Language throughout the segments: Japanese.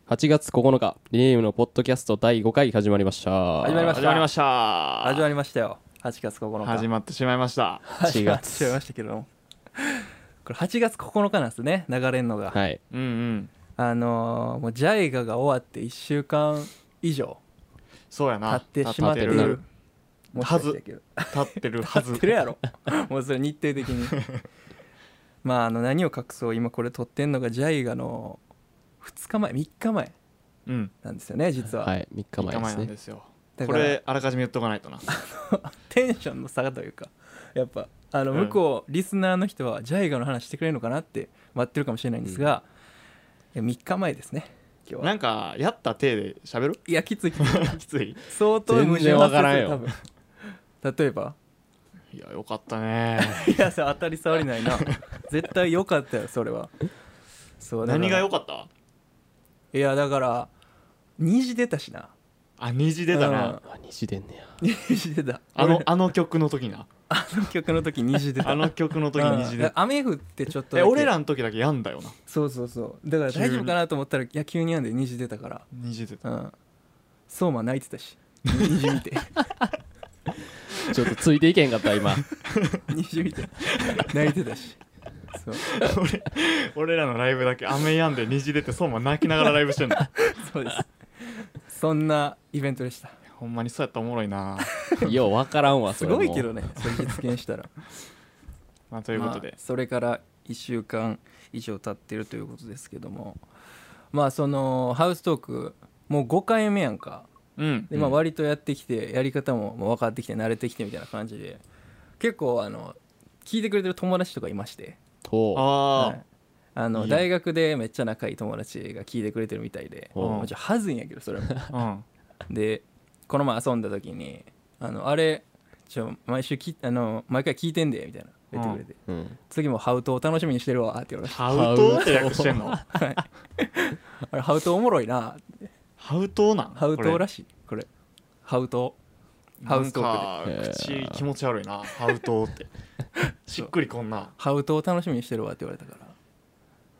8月9日リネームのポッドキャスト第5回始まりました始まりました始まりましたよ。8月9日始まってしまいました 8 始まってしまいましたけどもこれ8月9日なんですね、流れんのが。 はいうんもうジャイガが終わって1週間以上そうやな経ってしまってい経ってる。もしかしたけど経ってるはず経ってるやろもうそれ日程的にまあ何を隠そう、今これ撮ってんのがジャイガの2日前3日前うんなんですよね、実は。 はい3日 3日前前ですねなんですよ。 だからこれあらかじめ言っとかないとなテンションの差というか、やっぱ向こうリスナーの人はジャイガの話してくれるのかなって待ってるかもしれないんですが、3日前ですね今日は。 なんかやった体で喋るいやきついきついきつい相当全然わからんよ多分例えばいやよかったねいやさ当たり障りないな絶対良かったよそれは。そうだから何が良かった？ いやだから虹出たしな。 あ虹出たなあ西出んねや虹出た。 あの曲の時なあの曲の時虹出た。 あの曲の時虹出た雨降ってちょっとだけ俺らの時だけやんだよなそうそうそうだから大丈夫かなと思ったら野球にやんで虹出たから。 虹出た相馬泣いてたし虹見てちょっとついていけんかった今虹見て泣いてたしそう俺らのライブだけ雨やんで虹出てそうも泣きながらライブしてんのそうですそんなイベントでした。 ほんまにそうやったらおもろいなようわからんわそすれもごいけどねそれ実現したらまあということで、 それから1週間以上経ってるということですけども、まあそのハウストークもう5回目やんか。 うんで、まあ、割とやってきてやり方ももう分かってきて慣れてきてみたいな感じで、結構聞いてくれてる友達とかいまして、 とあはいいいよ大学でめっちゃ仲いい友達が聞いてくれてるみたいで、 おうもうちょっとはずいんやけどそれもあでこの前遊んだ時にあれ毎回聞いてんでみたいな言ってくれて、 うん次もハウトを楽しみにしてるわって言われて、 ハウトって訳してんのあれハウトおもろいなって。 ハウトなんハウトらししいこれハウトハウストークでで口気持ち悪いなハウトってしっくりこんなハウトを楽しみにしてるわって言われたから。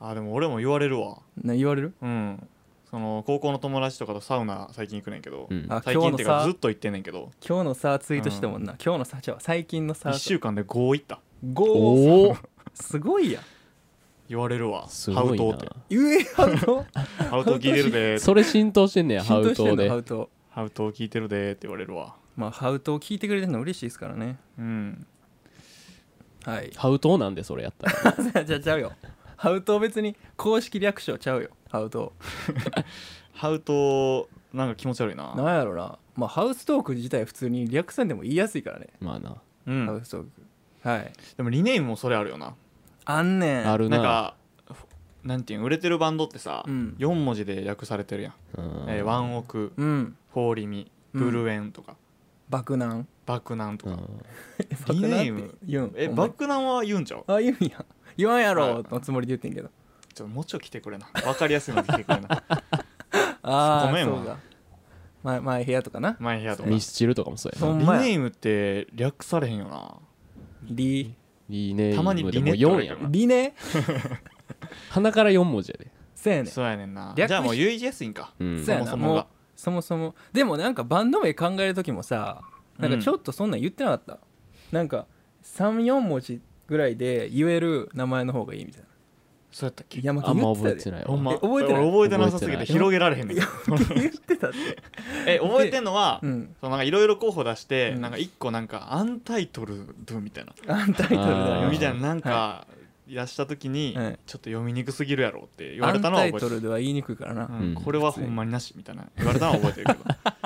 でも俺も言われるわ言われる。 うんその高校の友達とかとサウナ最近行くねんけど、 うん最近っていうか今日のさずっと行ってんねんけど今日のさツイートしたもんな、今日のさ最近のさ 1週間で5行った 5 おおすごいやん。 言われるわすごいなハウトってゆえハウトハウト聞いてるでそれ浸透してんねやハ浸透してんのウトでハウト。 ハウト聞いてるでって言われるわまあハウトを聞いてくれてるの嬉しいですからね。 うんはいハウトなんでそれやったらじゃあちゃうよ、ハウト別に公式略称ちゃうよハウト。 ハウトなんか気持ち悪いななんやろな、まあハウストーク自体普通に略さんでも言いやすいからね、 まあなうんハウストーク。はいでもリネームもそれあるよなあんねんあるななんかなんていうの売れてるバンドってさ、 うん 4文字で訳されてるやん、 うんワンオクうんフォーリミブルエンとか、 爆弾爆弾とか、 うんリネーム言うんお前爆弾は言うんちゃうあ言うんや言わんやろはいのつもりで言ってんけど、 ちょっともうちょい来てくれな分かりやすいので来てくれなああごめんわそうだ前部屋とかな。 前部屋とかミスチルとかもそうやなほんまやリネームって略されへんよなリリネームたまにリネってでも4 言われるよやなリネ鼻から4文字やでそうやねん。 そうやねんな略しじゃあもう言いやすいんか、 うんそうやなそもそもがもうそもそもでもなんかバンド名考える時もさ、なんかちょっとそんなん言ってなかった、なんか34文字ぐらいで言える名前の方がいいみたいな。 そうやったっけ山木あんま言ってたで覚えてないわほんま覚えてない俺覚えてなさすぎて覚えてない広げられへんねん言ってたって覚えてんのはうんそのなんかいろいろ候補出して、 うんなんか1個なんかアンタイトルドみたいなアンタイトルでありまうんみしたいななんか出した時に、 はいちょっと読みにくすぎるやろって言わアンれたのは覚えてる、 タイトルでは言いにくいからな、 うんこれはほんまになしみたいな言われたのは覚えてるけど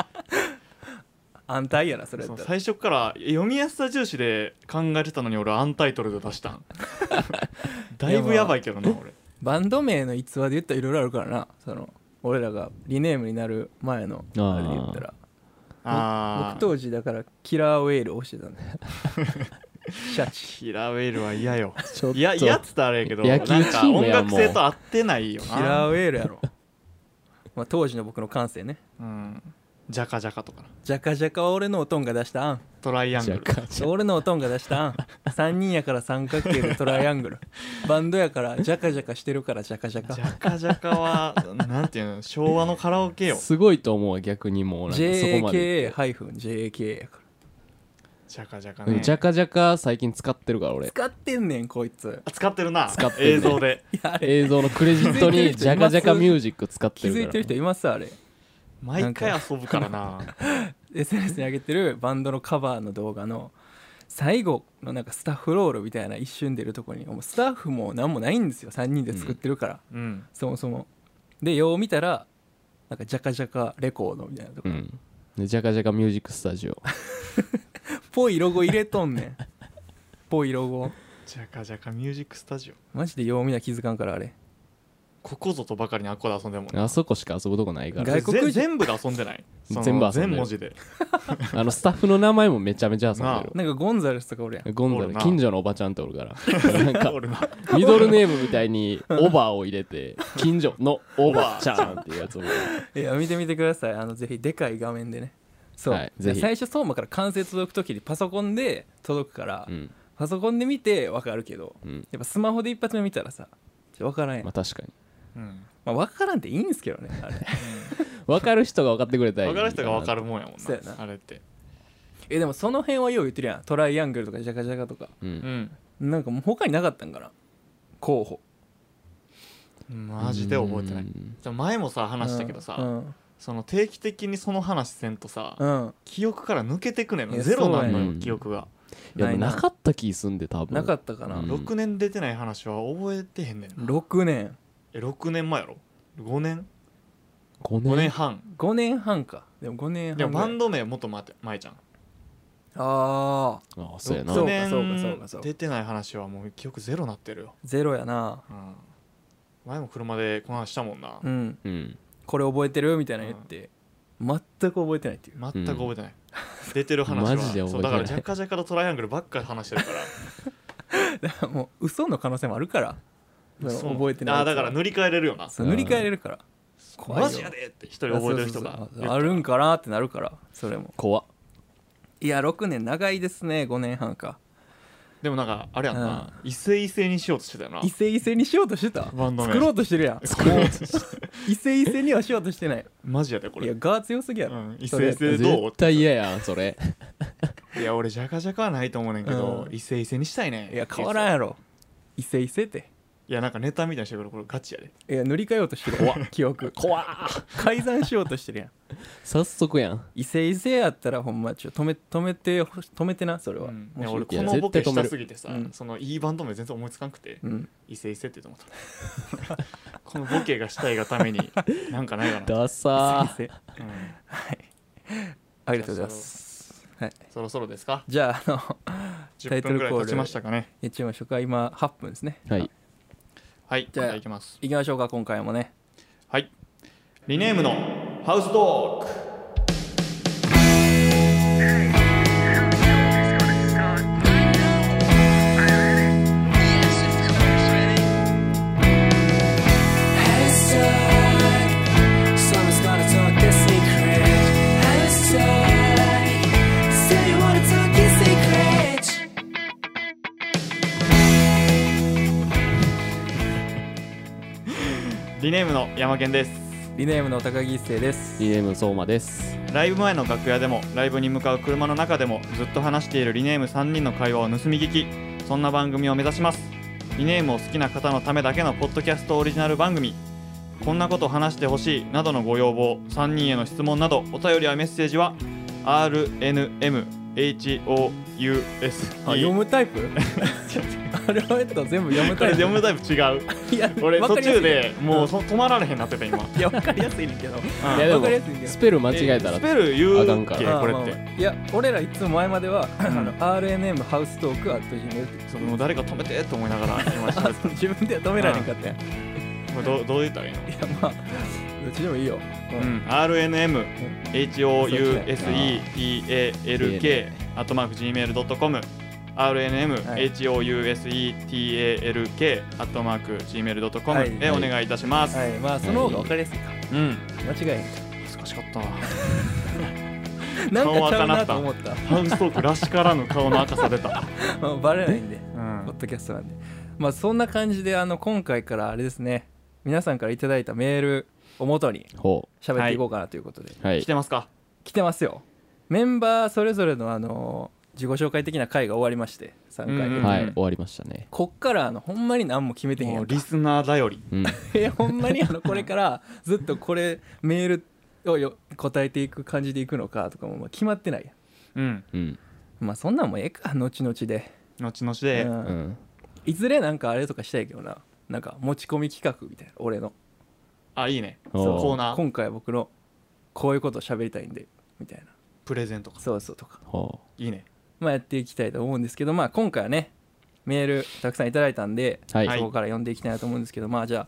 安泰やなそれやそうったら。 最初から読みやすさ重視で考えてたのに俺アンタイトルで出したんだいぶやばいけどな俺バンド名の逸話で言ったらいろいろあるからな、その俺らがリネームになる前のあれで言ったら僕当時だからキラーウェイルをしてたんでシャチキラーウェイルは嫌よちょっといや嫌っつったらあれやけどなん野球チかームやん音楽性と合ってないよなキラーウェイルやろまあ当時の僕の感性ね。 うんジャカジャカとかなジャカジャカは俺のおとんが出した案。 トライアングル俺のおとんが出した案。3人やから三角形でトライアングル。バンドやからジャカジャカしてるからジャカジャカ。 ジャカジャカはなんていうの昭和のカラオケよすごいと思うわ逆にもうなんかそこまで JK-JK やから。 ジャカジャカねうんジャカジャカ最近使ってるから俺使ってんねんこいつ。 あ使ってるな使ってるね映像でいやあれ映像のクレジットにジャカジャカミュージック使ってるから気づいてる人いますあれ。 毎回遊ぶからな SNS に上げてるバンドのカバーの動画の最後のなんかスタッフロールみたいな一瞬出るとこにもうスタッフも何もないんですよ3人で作ってるから、 うんそもそもでよう見たらなんかジャカジャカレコードみたいなとこ、 うんでジャカジャカミュージックスタジオぽいロゴ入れとんねんぽいロゴジャカジャカミュージックスタジオマジでよう見な気づかんからあれここぞとばかりにあっこで遊んでるもんなあそこしか遊ぶとこないから外国人全部で遊んでないその全部遊んでる全文字でスタッフの名前もめちゃめちゃ遊んなあでなんかゴンザレスとかおるやんるゴンザレおるな近所のおばちゃんっておるからなんか俺なミドルネームみたいにオバーを入れて近所のおばちゃんっていうやつをいや見てみてくださいぜひでかい画面でねそう、 はいぜひ最初相馬から関節届く時にパソコンで届くから、 うんパソコンで見て分かるけどうんやっぱスマホで一発目見たらさ分からんやん、 まあ確かにうん分からんっていいんですけどねあれ分かる人が分かってくれたらいい分かる人が分かるるもんやもんそうやななあれってでもその辺はよう言ってるやんトライアングルとかジャカジャカとかうんなんかもう他になかったんかな候補マジで覚えてないうんじゃあ前もさ話したけどさ、 うんその定期的にその話せんとさ、 うん記憶から抜けてくねんいやのゼロなんのよそうやねん記憶が、 いやでもないななかった気すんで多分なかったかな、 うん 6年出てない話は覚えてへんねんな 6年 6年前やろ5年 5 5年年半 5年半かでも5年半でもバンドド名もっと前じゃんああああそうやなそうか 6 そうかそうか年出てない話はもう記憶ゼロなってるよ、 ゼロやなうん、前も車でこの話したもんな、 うんうんこれ覚えてるみたいなの言って、全く覚えてないっていう全く覚えてない、出てる話はマジで覚えてないそうだからジャカジャカとトライアングルばっかり話してるからだからもう嘘の可能性もあるからその覚えてないやつはだから塗り替えれるよなそう塗り替えれるから怖いよマジやでって一人覚えてる人がそうそうそうあるんかなってなるからそれも怖っいや6年長いですね5年半かでもなんかあれやんな、一斉一斉にしようとしてたよな伊勢伊勢にしようとしてたバンド名作ろうとしてるやん作ろうとして伊勢伊勢にはしようとしてないマジやでこれいやガー強すぎやろ、 うん、一斉一斉どう絶対嫌やんそれいや俺ジャカジャカはないと思うねんけど、 うん一斉一斉にしたいねいや変わらんやろ伊勢伊勢っていやなんかネタみたいにしてるけどこれガチやでいや塗り替えようとしてる記憶怖っ改ざんしようとしてるやん早速やん伊勢伊勢やったらほんま止めてなそれは、 うんいやもし俺このボケしたすぎてさ、 うんそのいいバンド名全然思いつかんくて、 うん伊勢伊勢って言うと思ったこのボケがしたいがためになんかないかな、 ダサ伊勢伊勢うんありがとうございますはいそろそろですかじゃあ 10分ぐらい経ちましたかねやっちゃいましょうか今8分ですねーはいはいじゃあじゃあいきます行きましょうか今回もねはいリネームのハウストークリネームの山健です。 リネームの高木一生ですリネーム相馬ですライブ前の楽屋でもライブに向かう車の中でもずっと話しているリネーム3人の会話を盗み聞き、そんな番組を目指します。リネームを好きな方のためだけのポッドキャストオリジナル番組、こんなこと話してほしいなどのご要望、3人への質問などお便りやメッセージは RNMHOUS 読むタイプアルファベット全部読むこれタイプ読むタイプ違う。 いや俺途わかりやすい中でもう止まられへんなってた今。 いや分かりやすいねんけどうんいやでもわかりやすいけどスペル間違えたらスペル言うあかんからっけこれって、 いや俺らいつも前まではRNM ハウストーク@gmailってその誰か止めてと思いながら今喋って自分では止められへんかったやんいこれどう言ったらいいの？ やまあどっちでもいいよ RNM HOUSETALK @gmail.com RNMHOUSETALK @gmail.com へお願いいたします。 はいまあその方が分かりやすいかうん、 間違えへんか難しかったな。 なんかちゃうなと思ったハウストークらしからぬ顔の赤さ出たまあバレないんで、 うんポッドキャストなんで、まあそんな感じで今回からあれですね、皆さんからいただいたメールを元にほ喋っていこうかなということで、 うはい来てますか？ 来てますよ。メンバーそれぞれの自己紹介的な回が終わりまして3回目、 うんはい終わりましたねこっからほんまに何も決めてへんやかもうんリスナー頼りうんほんまにこれからずっとこれメールを答えていく感じでいくのかとかもまあ決まってないやうんうんん。まあそんなんもええか、後々で、 後々でうんうんいずれなんかあれとかしたいけどな、なんか持ち込み企画みたいな、俺のあいいねおーコーナー今回は僕のこういうことを喋りたいんでみたいな、 プレゼントかそうそうとか、 ほいいねまあやっていきたいと思うんですけど、まあ今回はねメールたくさんいただいたんで、 うはいはいそこから読んでいきたいなと思うんですけど、まあじゃ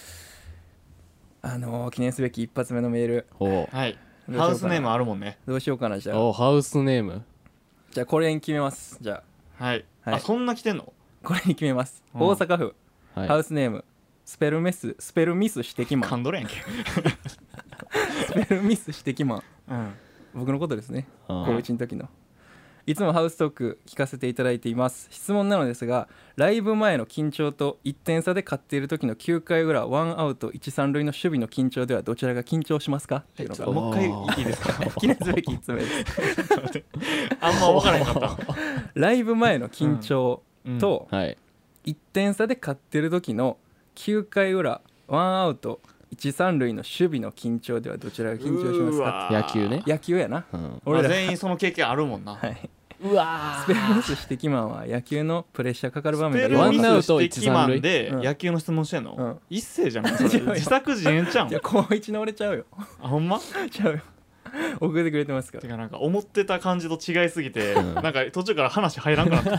あ記念すべき一発目のメールほはいどうしようかなハウスネームあるもんねどうしようかな。じうゃあおハウスネームじゃあこれに決めます。じゃはいはいあそんな来てんのあこれに決めます、 うん大阪府、 はいハウスネームスペルミス指摘マン噛んどるやんけスペルミス指摘マン、 うん僕のことですね、 うん高1の時の。いつもハウストーク聞かせていただいています。質問なのですが、ライブ前の緊張と1点差で勝っている時の9回裏ワンアウト1、3塁の守備の緊張ではどちらが緊張しますかっていうのがもう一回いいですか記念すべき1つ目ですあんま分からへんかったライブ前の緊張とはい 1点差で勝ってる時の9回裏ワンアウト1、3塁の守備の緊張ではどちらが緊張しますか。 野球ね野球やな、 うん俺ら全員その経験あるもんなはい、 うわスペルミス指摘マンは野球のプレッシャーかかる場面がスペルミワンアウトス指摘マンでうん野球の質問してんの、 うん一斉じゃんそれ違うよ自作自演ちゃうんいや高1の俺ちゃうよあほんまちゃうよ送ってくれてますかてかなんか思ってた感じと違いすぎて、 うんなんか途中から話入らんくなったら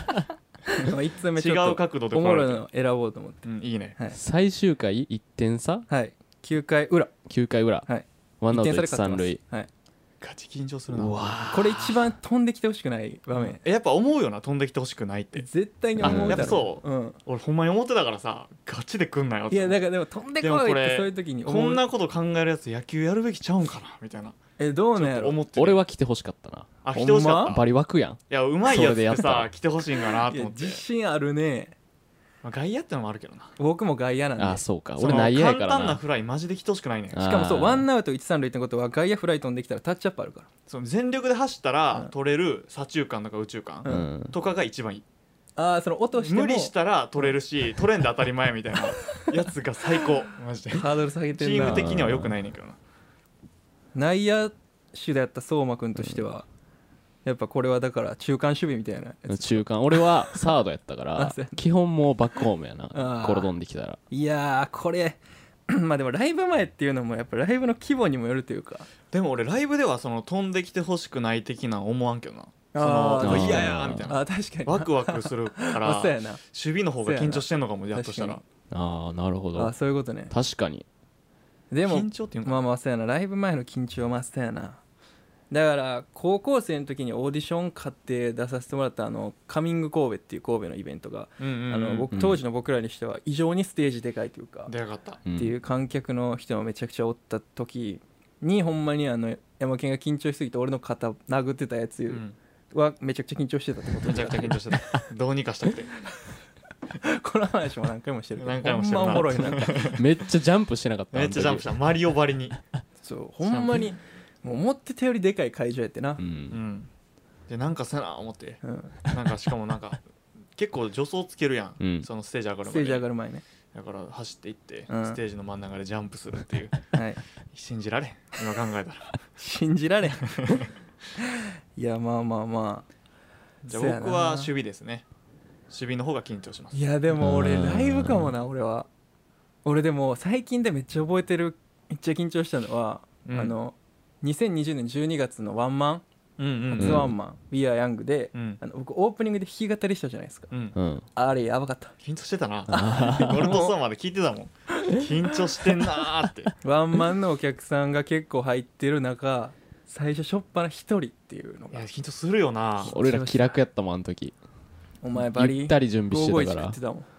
1つ目ち違うょっと角度でおもろい来られの選ぼうと思って、 て、うん、いいねはい、 最終回1点差はい、9回裏 9回裏はいワンアウト 1点差で 1、3 勝ってます塁、 はい、 ガチ緊張するなうわこれ一番飛んできてほしくない場面、 やっぱ思うよな飛んできてほしくないって絶対に思うだろ、 あやっぱそうん、 俺ほんまに思ってたからさガチで来んなよっていやだからでも飛んでこいっでもこれてそういう時に思う。 こんなこと考えるやつ野球やるべきちゃうんかなみたいなどうちょっなんやろと思ってて俺は来てほしかったなあ来てほしかほんまったバリ枠やんいやうまいやつってそれでやったさ来てほしいんかなといや思って自信あるね。 まあ外野ってのもあるけどな僕も外野なんであそうかその俺内野やから簡単ななフライマジで来てほしくないねんあしかもそうあーワンアウト1、3塁ってことは外野フライ飛んできたらタッチアップあるから。 その全力で走ったうんら取れる左中間とか宇宙間ううんとかが一番いいああその落としても無理したら取れるし取れんで当たり前みたいなやつが最高マジでハードル下げチてるな。 ーム的には良くないねんけどな内野手であった相馬君としては、やっぱこれはだから中間守備みたいなやつ。 中間俺はサードやったかあらそうや基本もうバックホームやなあー転飛んできたらいやーこれまあでもライブ前っていうのもやっぱライブの規模にもよるというか、 でも俺ライブではその飛んできてほしくない的な思わんけどなそあーの嫌やみたいなあー確かにワクワクするからあそうやな。 守備の方が緊張してんのかもやっとしたら確ああなるほどあそういうことね。 確かにでも緊張っていうのかまあまあそうやな、ライブ前の緊張はまあそうやな。だから高校生の時にオーディション買って出させてもらったカミング神戸っていう神戸のイベントが、 うん当時の僕らにしては異常にステージでかいというか、 でかかったうんっていう観客の人もめちゃくちゃおった時にほんまに山県が緊張しすぎて俺の肩殴ってたやつうんはめちゃくちゃ緊張してたってことめちゃくちゃ緊張してたどうにかしたくてこの話も何回もしてるけど何回もしてるなほんまおもろいなんかめっちゃジャンプしてなかっためっちゃジャンプしたマリオばりにそうほんまにもう思ってたよりでかい会場やってなう、 うんんでなんかせな思ってうんなんかしかもなんか結構助走つけるやん、 うんそのステージ上がるまでステージ上がる前ね、 だから走っていって、 うんステージの真ん中でジャンプするっていうはい、 信じられん今考えたら信じられんいやまあまあまあじゃあそうやな僕は守備ですね守備の方が緊張しますいやでも俺うんライブかもな俺でも最近でめっちゃ覚えてるめっちゃ緊張したのは、 うん 2020年12月のワンマンうんうん初ワンマン「We Are Young で」 うん僕オープニングで弾き語りしたじゃないですか。 うんうんあれやばかった。 緊張してたな俺とそうまで聞いてたもん緊張してんなーってワンマンのお客さんが結構入ってる中最初しょっぱな一人っていうのがいや緊張するよな俺ら気楽やったもんあの時お前バリゆったり準備して 551 たから食ってたもん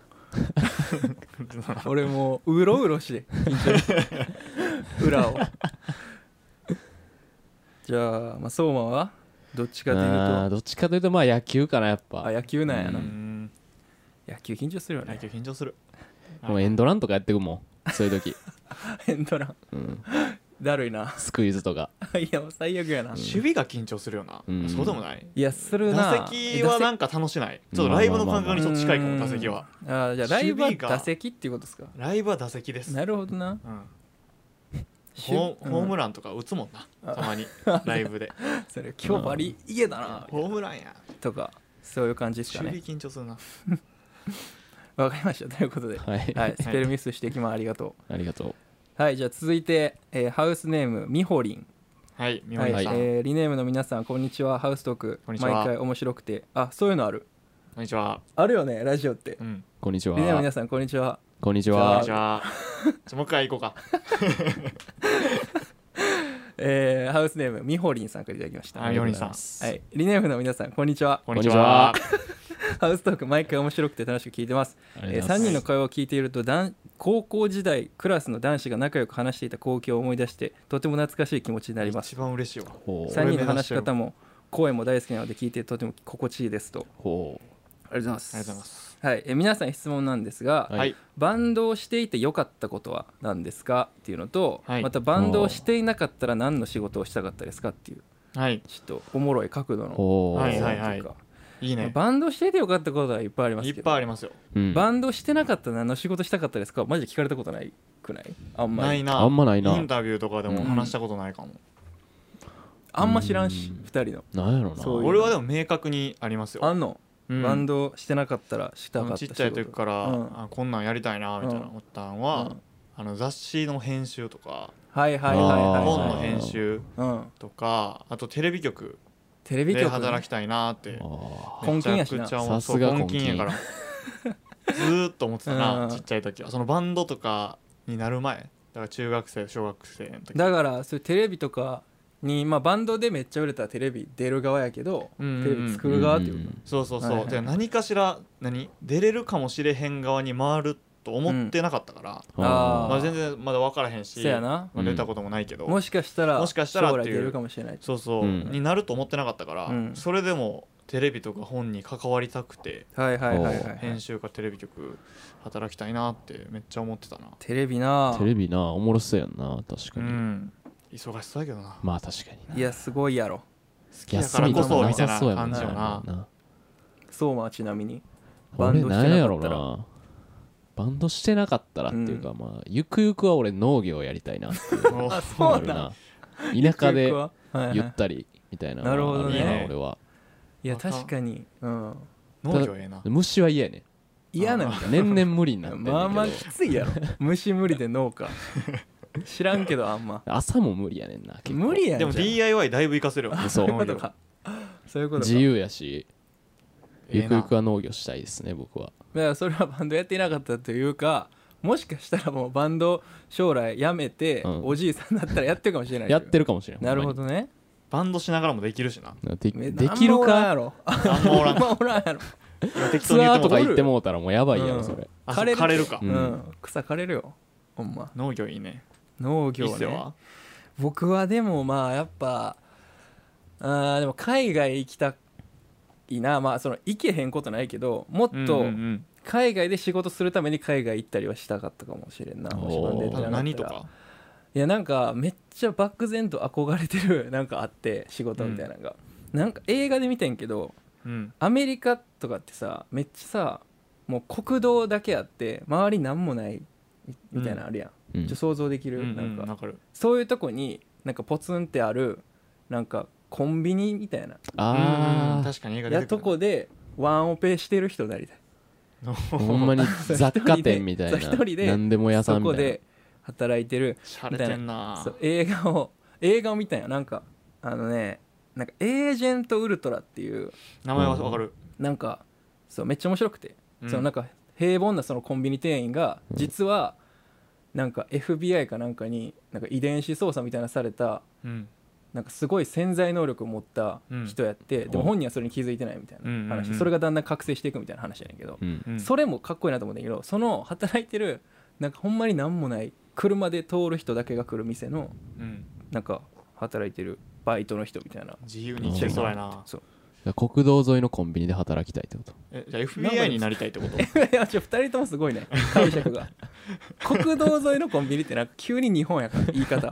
俺もううろうろして緊張して裏をじゃあ、まあ、相馬はどっちかというとどっちかというとまあ野球かなやっぱ。 野球なんやな、 うん野球緊張するよ野ね。 球緊張する。 もうエンドランとかやってくもんそういう時エンドランうんだるいなスクイズとかいやもう最悪やな、 守備が緊張するよな、 うんそうでもない？ いやするな。 打席はなんか楽しない。ちょっとライブの感覚にちょっと近いかも。 うん打席はじゃあライブは守備が打席っていうことですか。 ライブは打席です。 なるほどな。 うん守ホームランとか打つもんな、たまにライブでそれ今日バリいけだなホームランやとかそういう感じですか守ね。 備緊張するな。 わかりましたということで、 はいはい、スペルミス指摘もありがとありがとう。 う。はい、じゃあ続いて、ハウスネームみほりん。 はいみほはい、 りさん、 リネームの皆さんこんにちは。ハウストークこんにちは毎回面白くて、そういうのあるこんにちは。 あるよねラジオって。 うんこんにちは。 リネームの皆さんこんにちは。 こんにちこんはにち。は。もう一回行こうか。 ハウスネームみほりんさんからいただきました。 はいみほりんさんはい、リネームの皆さんこんにちは。 こんにちは。 ハウストーク毎回面白くて楽しく聞いてます。3 ありがとうございます人の会話を聞いていると高校時代クラスの男子が仲良く話していた光景を思い出してとても懐かしい気持ちになります一。番嬉しいわ。 ほう 3人の話し方も声も大好きなので聞いてとても心地いいですと。 ほありがとうございます。 ありがとうございます。 はい、皆さんに質問なんですが、 はいはい。 バンドをしていて良かったことは何ですかっていうのと、 はいまたバンドをしていなかったら何の仕事をしたかったですかっていうはい。 ちょっとおもろい角度のほう。 はいはいはい質問というかいいね。 バンドしていて良かったことはいっぱいありまいっすけどぱいありますよ。 うんバンドしてなかったら何の仕事したかったですかマジで聞かれたことないくないあんまりないな。 あんまないなインタビューとかでも話したことないかも。 あんま知らんしうん 2人のなんやろな。 そういう俺はでも明確にありますよ。 あんの、 うんバンドしてなかったらしたかったちっちゃい時から、 うんあこんなんやりたいなみたいな思ったんは、雑誌の編集とかはいはいはいはい本の編集うんとかあとテレビ局でテレビ局働きたいなってあ根気やしなめちゃくちゃ思うさすがそう根気やからずーっと思ってたな、 うんちっちゃい時はそのバンドとかになる前だから中学生小学生の時だからそういうテレビとかに、まあ、バンドでめっちゃ売れたらテレビ出る側やけど、 うんうんうんテレビ作る側っていうこと、 そうそうそう、 はいはいで何かしら出れるかもしれへん側に回ると思ってなかったから、 あーまあ、全然まだ分からへんしせやなまあ出たこともないけど、 もしかしたらもしかしたら将っていう来出るかもしれないそうそう、 うんになると思ってなかったから、 うんそれでもテレビとか本に関わりたくてはいはいはいはい編集かテレビ局働きたいなってめっちゃ思ってたな。 テレビなテレビなおもろそうやんな確かうに。 ん忙しそうだけどな好まあ確かにな。 いやすごいやろきやからこそみたいな休みとか感じよなな。 相馬はちなみにバ俺ンドしてなんやろなかったらな。バンドしてなかったらっていうか、まあゆくゆくは俺農業やりたいなっていうおあそうなんあるな。田舎ではいはいゆったりみたいなのなるほどねあるないいね俺は。 いや確かにうん農業ええな。 虫は嫌やね嫌なんだ年々無理になってんねんけどまあまあきついやろ虫無理で農家知らんけどあんま朝も無理やねんな結構無理やんでもじゃん DIY だいぶ活かせるよそうそういう農業ことかそういうことか自由やしええなゆくゆくは農業したいですね僕は。 だからそれはバンドやっていなかったというかもしかしたらもうバンド将来やめて、 うんおじいさんだったらやってるかもしれないやってるかもしれん。 なるほどねバンドしながらもできるしな。 ほんまにめできるあんまおらんやかろあんまおらんあんまおらんやろ今適当ツアーに言ってもうたとか行ってもうたらもうやばいやうんろそれ。 あ枯れる枯れるか、 ううんん、草枯れるよほんま農業いいね。 農業ねいいっすよ僕はでもまあやっぱでも海外行きたいなまあその行けへんことないけどもっうんとうん海外で仕事するために海外行ったりはしたかったかもしれんなもしバンドやってなかったら何とかいやなんかめっちゃ漠然と憧れてるなんかあって仕事みたいなのが、なんか映画で見てんけどうんアメリカとかってさめっちゃさもう国道だけあって周りなんもないみたいなのあるやん、 うん想像できる、 うんなんかわかるそういうとこになんかポツンってあるなんかコンビニみたいなうんあ確かに映画や出てくるとこでワンオペしてる人になりたいあほんまに雑貨店みたいなそう一人で何でも屋さんみたいな。 そこで働いてるしゃれてんなそう映画を見たんよなんかなんかエージェントウルトラっていう名前はわかる、 なんかそうめっちゃ面白くて、 うんそのなんか平凡なそのコンビニ店員が実はなんか FBI かなんかになんか遺伝子操作みたいなされたうんなんかすごい潜在能力を持った人やって、でも本人はそれに気づいてないみたいな話、 うんうんうんそれがだんだん覚醒していくみたいな話やねんけど、 うんうんそれもかっこいいなと思うんだけどその働いてるなんかほんまになんもない車で通る人だけが来る店のうんなんか働いてるバイトの人みたいな。 自由に生きてそうやな。 そう国道沿いのコンビニで働きたいってこと。 じゃあ FBI になりたいってこと？ いや2人ともすごいね解釈が国道沿いのコンビニってなんか急に日本やから言い方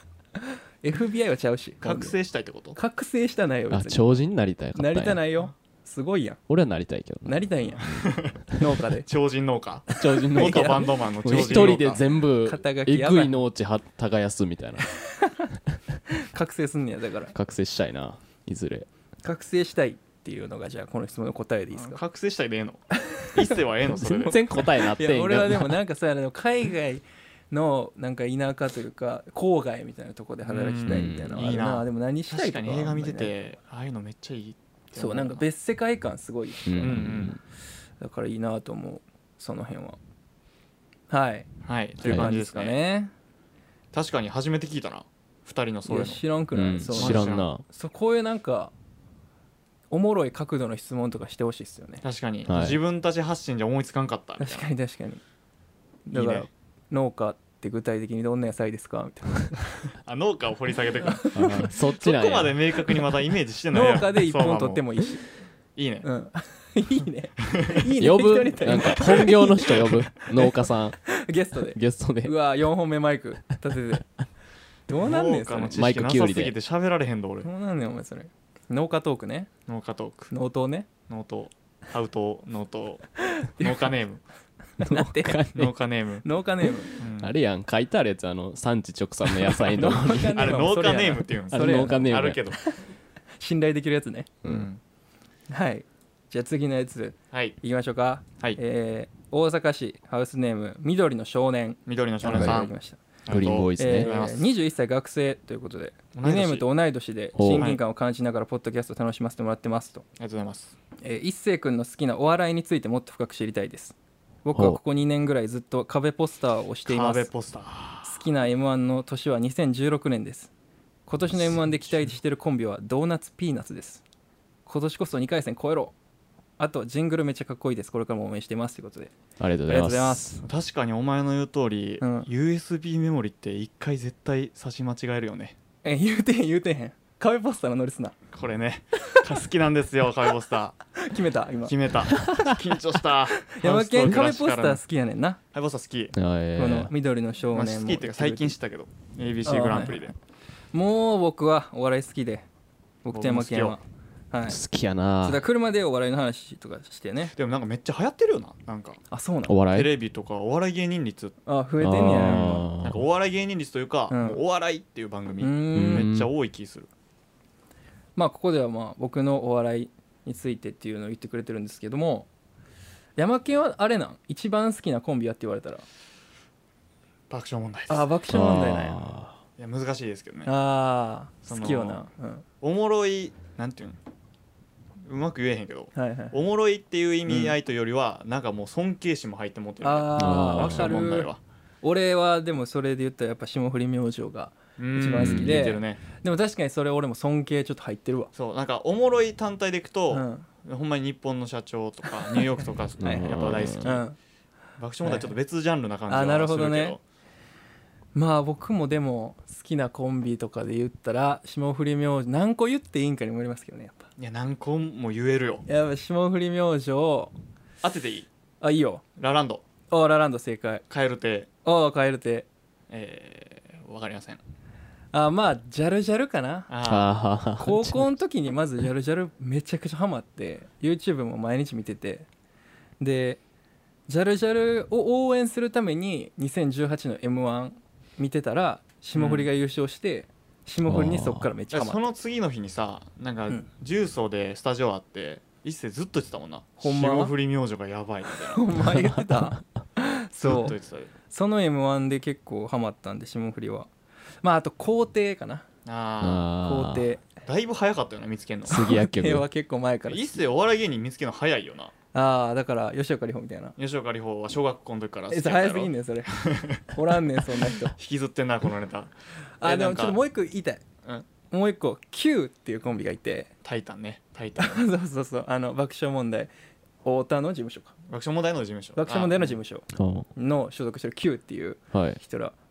FBI はちゃうし覚醒したいってこと？ 覚醒したないよ別に超人になりたいかったんや。 なりたないよすごいやん俺はなりたいけどな。 なりたいんや農家で超人農家。 超人の元バンドマンの超人農家。 一人で全部肩書えきやばいぐい農地耕すみたいな。 覚醒すんねやだから覚醒したいないずれ。 覚醒したいっていうのがじゃあこの質問の答えでいいですか？ 覚醒したいでええの？一世はええのそれで？ 全然答えなっいてんがや俺はでもなんかさ海外のなんか田舎というか郊外みたいなとこで働きたいみたいなのあるいいなでも何したいとか確かに映画見ててああいうのめっちゃいいって思そうなんか別世界観すごい、 うんうんだからいいなと思うその辺ははいはいという感じですかね。確かに初めて聞いたな2人のそういうの。 知らんくない、 うんそう知らんな。 こういうなんかおもろい角度の質問とかしてほしいですよね。 確かに、 はい自分たち発信じゃ思いつかんかったみたい確な。 かに確かにだからいいね農家って具体的にどんな野菜ですかみたいなあ農家を掘り下げてくるそっちそなんや。 こまで明確にまだイメージしてないやん農家で一本取ってももいいしいいね。 うんいいねいいね呼ぶ適当になんか本業の人呼ぶ農家さんゲストでゲストでうわ4本目マイク立ててどうなんねんそれ農家の知マイ識なさすクキュウリでぎて喋られへんだ俺。 どうなんねんお前それ農家トークね農家トーク農島ね農島ハウト農島農家ネームなんて農家ネーム、 農家ネームうんあれやん書いてあるやつ産地直産の野菜の農家あれ農家ネームっていうんですよあれ農家ネームあるけど、 信頼できるやつねうんはいじゃあ次のやつはいいきましょうかはい大阪市ハウスネーム緑の少年緑の少年いたさんだきましたグリーンボーイズね。 ありがとうございます 21歳学生ということで同い年リネームと同い年でおう親近感を感じながらポッドキャスト楽しませてもらってますと、 ありがとうございます。 一星君の好きなお笑いについてもっと深く知りたいです。僕はここ2年ぐらいずっと壁ポスターをしています。 壁ポスター好きな M1 の年は2016年です。今年の M1 で期待しているコンビはドーナツピーナッツです。今年こそ2回戦超えろ。あとジングルめっちゃかっこいいです。これからも応援していますということでありがとうありがとうごございまざいますす。 確かにお前の言う通り、 うん USB メモリって一回絶対差し間違えるよね。 言うてへん言うてへん。壁ポスターのノリすな。 これね好きなんですよ壁ポスタ決めた今ー決めた緊張した山県壁ポスター壁好きやねんな。 ポスター好き、 この緑の少まあ、 年も好きっていうか最近知ったけど ABC グランプリで、 もう僕はお笑い好きで僕と山県ははい好きやそうなだから車でお笑いの話とかしてね。 でもなんかめっちゃ流行ってるよな。なんかあそうなのお笑いテレビとかお笑い芸人率あ増えてんねやなんかお笑い芸人率というか、 うんもうお笑いっていう番組うーんめっちゃ多い気する。 まあここではまあ僕のお笑いについてっていうのを言ってくれてるんですけども、山県はあれなん一番好きなコンビやって言われたら爆笑問題です。 爆笑問題なんや。 あいや難しいですけどね。その好きよな、 おもろいなんていうのうまく言えへんけどはいはいおもろいっていう意味合いというよりは、なんかもう尊敬心も入ってもってるみたいなわ爆かる。 笑問題は俺はでもそれで言ったらやっぱ霜降り明星が一一番好きで似てるね。 でも確かにそれ俺も尊敬ちょっと入ってるわ。 そうなんかおもろい単体でいくと、 うんほんまに日本の社長とかニューヨークとかはいやっぱ大好き、 うん、 爆笑問題ちょっと別ジャンルな感じはあなるほどねするけどまあ僕もでも好きなコンビとかで言ったら霜降り明星何個言っていいんかにもよりますけどねやっぱ。 いや何個も言えるよ。 やっぱ霜降り明星当てていい？ いいよ。 ラランドラランド正解。 カエル亭カエル亭。 わかりません。 まあジャルジャルかな。 ああ高校の時にまずジャルジャルめちゃくちゃハマって YouTube も毎日見てて、でジャルジャルを応援するために2018の M1 見てたら霜降りが優勝して、霜降りにそっからめっちゃハマった。 その次の日にさなんかうん重曹でスタジオあって一世ずっと言ってたもんな。 ほんま霜降り明星がやばいみたいなお前言ってたずっとそう言ってたよ。 その M1 で結構ハマったんで霜降りは。まああと皇帝かな。皇帝だいぶ早かったよな見つけんの。 杉薬局皇帝は結構前から。 一世お笑い芸人見つけるの早いよな。 だから吉岡里帆みたいな。 吉岡里帆は小学校の時から好きやったやろ早すぎんねんそれおらんねんそんな人。 引きずってんなこのネタ。 でもちょっともう一個言いたい。 うんもう一個 Q っていうコンビがいてタイタンねタイタンそうそうそう爆笑問題太田の事務所か爆笑問題の事務所爆笑問題の事務所うんの所属してる Q っていうはい人ら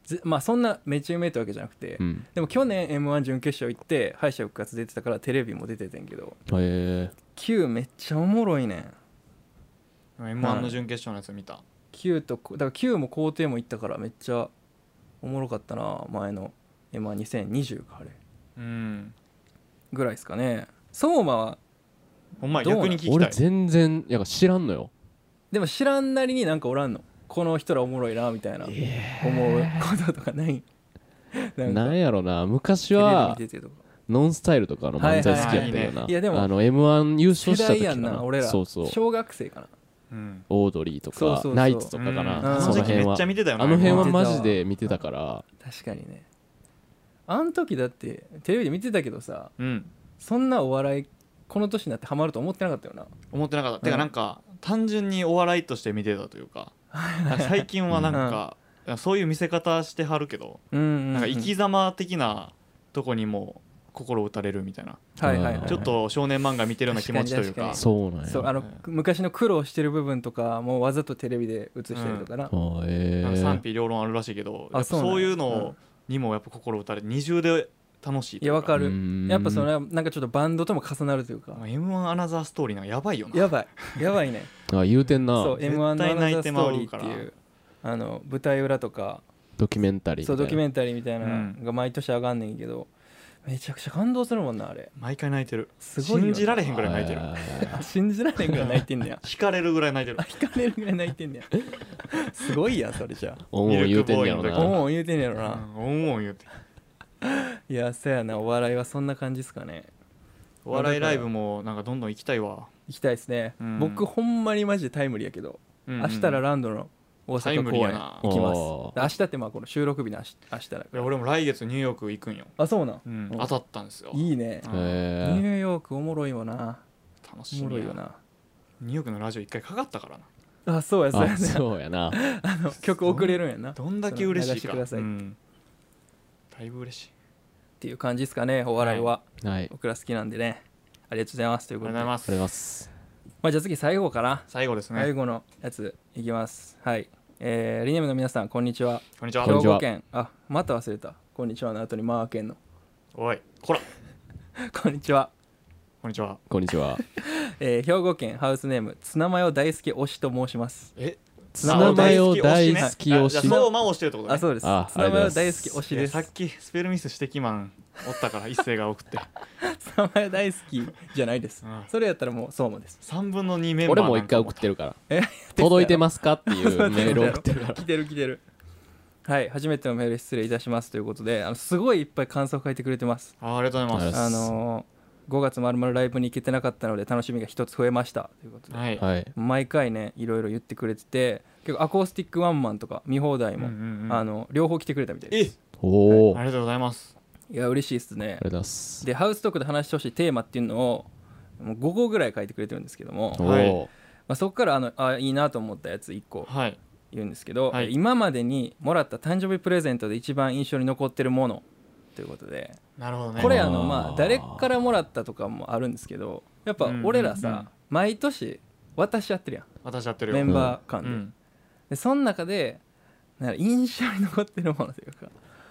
まあそんなめっちゃ有名ってわけじゃなくて、 うん、 でも去年 M1 準決勝行って敗者復活出てたからテレビも出ててんけど、Q めっちゃおもろいねん。 M1 の準決勝のやつ見た。 Q とだから Q も皇帝も行ったからめっちゃおもろかったな。前の M12020 かあれぐらいですかね。相馬はほんま逆に聞きたい。 俺全然や知らんのよ。 でも知らんなりになんかおらんの、この人らおもろいなみたいな思うこととかない？ なんやろな、昔はノンスタイルとかの漫才好きやったよな。 いやでも M1 優勝した時かな。 俺らそうそう、 小学生かな、 オードリーとかナイツとかかな。 その時めっちゃ見てたよな。 あの辺はマジで見てたから。 確かにね。あの時だってテレビで見てたけどさ、 うんそんなお笑いこの年になってハマると思ってなかったよな。 思ってなかった。てかなんか単純にお笑いとして見てたというか、最近はなんかそういう見せ方してはるけど、なんか生き様的なとこにも心打たれるみたいな、ちょっと少年漫画見てるような気持ちというか。 そうなんや。 そう、昔の苦労してる部分とかもうわざとテレビで映したりとかな、 なんか賛否両論あるらしいけど、やっぱそういうのにもやっぱ心打たれて二重で楽しいというか。 いやわかる。やっぱそれはなんかちょっとバンドとも重なるというか、 M1 アナザーストーリーなんかやばいよな。 やばいね。 言うてんな。 そう M1 のアナザーストーリーっていう舞台裏とかドキュメンタリーみたいな、 そうドキュメンタリーみたいなのが毎年上がんねんけど、めちゃくちゃ感動するもんなあれ。 毎回泣いてる。 すごいよ。 信じられへんぐらい泣いてる。 信じられへんぐらい泣いてんねや。 惹かれるぐらい泣いてる。 惹かれるぐらい泣いてんねや。すごいやんそれじゃあ。 おんおん言うてんねやろな。 おんおん言うてんねやろな。 おんおん言うて。 いやそうやな、お笑いはそんな感じですかね。 お笑いライブもなんかどんどん行きたいわ。 行きたいですね、僕ほんまにマジでタイムリーやけど、明日らランドの大阪公演行きます。明日ってまあこの収録日の明日だから。 俺も来月ニューヨーク行くんよ。 あ、そうなん、 当たったんですよ。 いいね。ニューヨークおもろいわな。 楽しみや。おもろいよな。ニューヨークのラジオ一回かかったからな。あ、そうやそうや。 そうやな。 曲送れるんやな。 どんだけ嬉しいか。 だいぶ嬉しいっていう感じですかね、お笑いは。 僕ら好きなんでね。ありがとうございますということで。 ありがとうございます。 まあじゃあ次最後かな。 最後ですね。 最後のやついきます。はい。リネームの皆さんこんにちは。 こんにちは。 兵庫県、また忘れた。こんにちはの後にマーケンの。 おい、こら。 こんにちは。 こんにちは。 こんにちは。 兵庫県ハウスネームツナマヨ大好き推しと申します。 ツナマヨ大好き推し。 そうま押してるってことね。 あ、そうです。ツナマヨ大好き推しです。 さっきスペルミス指摘マンおったから一斉が送って。 ツナマヨ大好きじゃないです。それやったらもうそうもです。 3分の2メンバー。 俺も1回送ってるから。届いてますかっていうメールを送ってるから。 来てる。はい、初めてのメール失礼いたしますということで、すごいいっぱい感想を書いてくれてます。 ありがとうございます。 5月まるまるライブに行けてなかったので楽しみが一つ増えましたということで、毎回ねいろいろ言ってくれてて、結構アコースティックワンマンとか見放題も、両方来てくれたみたいです。 ありがとうございます。 いや嬉しいですね。 ありがとうございます。 でハウストークで話してほしいテーマっていうのをもう5個ぐらい書いてくれてるんですけども、そこからいいなと思ったやつ1個言うんですけど、今までにもらった誕生日プレゼントで一番印象に残ってるものということで、 なるほどね。 これ誰からもらったとかもあるんですけど、やっぱ俺らさ、毎年渡し合ってるやん。 渡し合ってるよ。 メンバー間で。でその中で印象に残ってるものというか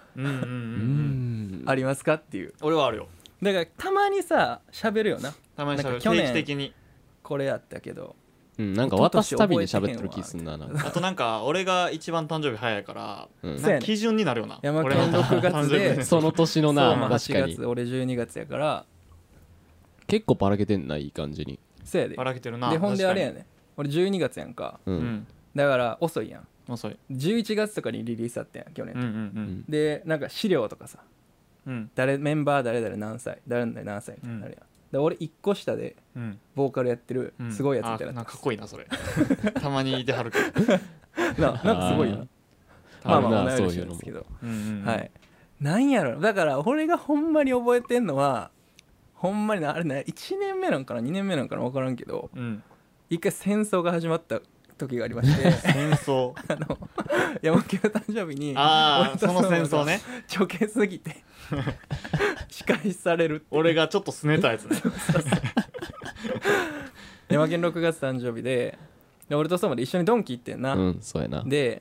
ありますかっていう。 俺はあるよ。 だからたまにさ喋るよな。 たまに喋る。定期的にこれやったけど、 なんか渡すたびに喋ってる気すんな。 あとなんか俺が一番誕生日早いから基準になるよな。 山県6月でその年のな。 確かに8月俺12月やから結構ばらけてんな。いい感じにそうやで。 ばらけてるな。 でほんであれやね、俺12月やんか。だから遅いやん。 遅い。 11月とかにリリースあったやん去年。でなんか資料とかさ、メンバー誰々何歳誰々何歳みたいなのあるやん。で俺1個下でボーカルやってるすごいやつみたいな。 なんかかっこいいなそれ。たまにいてはるけど。 なんかすごいよな。まあまあ同い年なんですけど、はい。なんやろ、だから俺がほんまに覚えてんのはほんまにあれね、1年目なんかな2年目なんかな分からんけど、一回戦争が始まった時がありまして戦争山木の誕生日にその戦争ね、 ちょけすぎて仕返しされる。 俺がちょっとすねたやつね。 山木の6月誕生日で俺とそうまで一緒にドンキ行ってんな。 そうやな。 で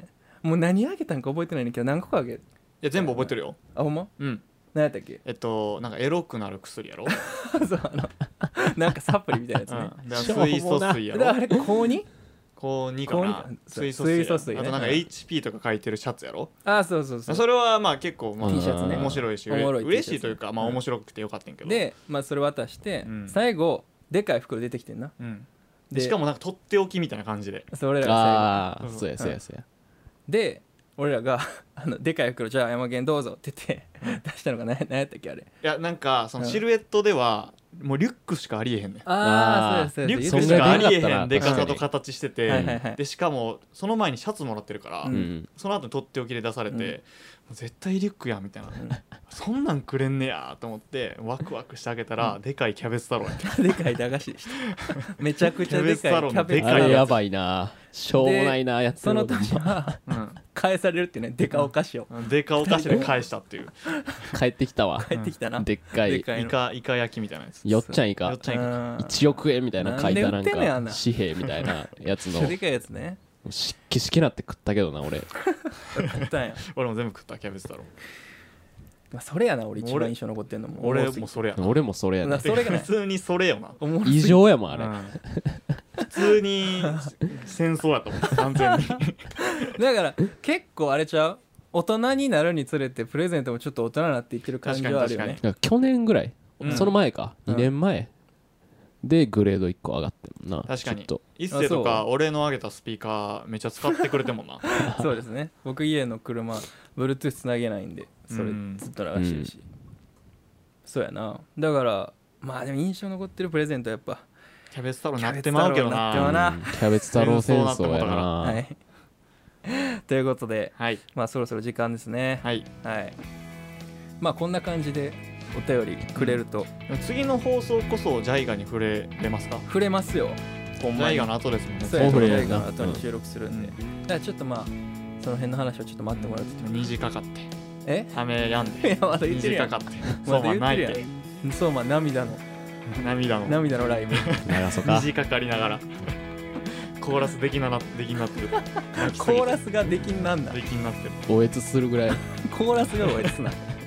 もう何あげたんか覚えてないねんけど何個かあげる。 いや全部覚えてるよ。 あほんま？ うん何やったっけ？ なんかエロくなる薬やろそうなんかサプリみたいなやつね。 だから水素水やろ。 あれ高 2？ 高2かな。水素水や。 水素水ねあとなんか HP とか書いてるシャツやろ。 あそうそうそう。 それはまあ結構まあ T シャツね面白いしおもろい T シャツ嬉しいというかまあ面白くてよかったんやけど。 でまあそれ渡してうん最後でかい袋出てきてんな。 うんでしかもなんかとっておきみたいな感じで。 それらがああうんそうやそうやそうやで俺らがでかい袋じゃあ山源どうぞって言って出したのが何やったっけあれ。 いやなんかそのシルエットではもうリュックしかありえへんねん。 ああそうやそうやリュッそうやクしかありえそんぐらいへんででかかったなかさと形してて、 はいはいはいでしかもその前にシャツもらってるから、 うんうんその後にとっておきで出されて、 うんもう絶対リュックやんみたいな、そんなんくれんねやと思ってワクワクしてあげたら、でかいキャベツ太郎やったでかい駄菓子でしためちゃくちゃでかいキャベツあでかいやつれやばいなしょうもないなやってそのること時はうん返されるっていうねでかお菓子をでかお菓子で返したっていう帰ってきたわ帰ってきたな。 でっかいでかいのイカ焼きみたいなやつよっちゃんいかよっちゃんいか 1億円みたいな書いたなんなんで売ってんねんあんなか紙幣みたいなやつのでかいやつね。 しっきしきなって食ったけどな俺食ったんや。 俺も全部食ったキャベツ太郎。 まあそれやな俺一番印象残ってんのも。 俺もそれやな。 俺もそれやねそれがね普通にそれよな。 異常やもんあれうん普通に戦争やと思う完全にだから結構あれちゃう大人になるにつれてプレゼントもちょっと大人になっていってる感じはあるよね。 確去年ぐらい、 うんその前かうん 2年前でグレード1個上がってるもんな確かにちょっと一世とあか俺のあげたスピーカーめっちゃ使ってくれてんもんなそうですね。僕家の車 Bluetooth つなげないんでそれうんずっと流してるし、そうやな。だからまあでも印象残ってるプレゼントはやっぱキャベツ太郎なってまうけどキャベツ太郎なってまうななうんキャベツ太郎戦争やなはいということではいまあそろそろ時間ですね。 はいはい。まあこんな感じでお便りくれると次の放送こそジャイガに触れれますか。 触れますよ。ほんまにジャイガの後ですもんね。 そうやそう触れるジャイガの後に収録するんで、だからちょっとまあその辺の話をちょっと待ってもらうと。 虹かかってえ雨やんでいやまだ言ってるやん。 虹かかってまそうまあだ言ってるやないってん。そうまあ涙の涙のライブ。 流そうか虹かかりながらコーラスできになってるコーラスができんなんだ。 できになってるおえつするぐらいコーラスがおえつな。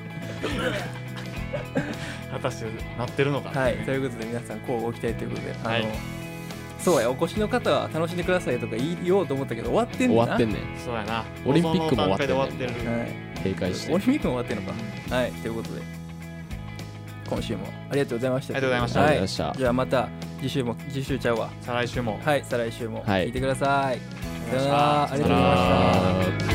果たしてなってるのか。 はい。ということで皆さんこうご期待ということで、 はいそうやお越しの方は楽しんでくださいとか言おうと思ったけど終わってんねんな。 終わってんねんそうやな。 オリンピックも終わってんねん放送の段階で終わってる。 はい。 閉会してオリンピックも終わってんのか。はい。ということで今週もありがとうございました。 ありがとうございましたありがとうございはましたじゃあまた次週ちゃうわ。 再来週もはい。再来週もはい聞いてください。 お願いしますさよならありがとうございました。 さよなら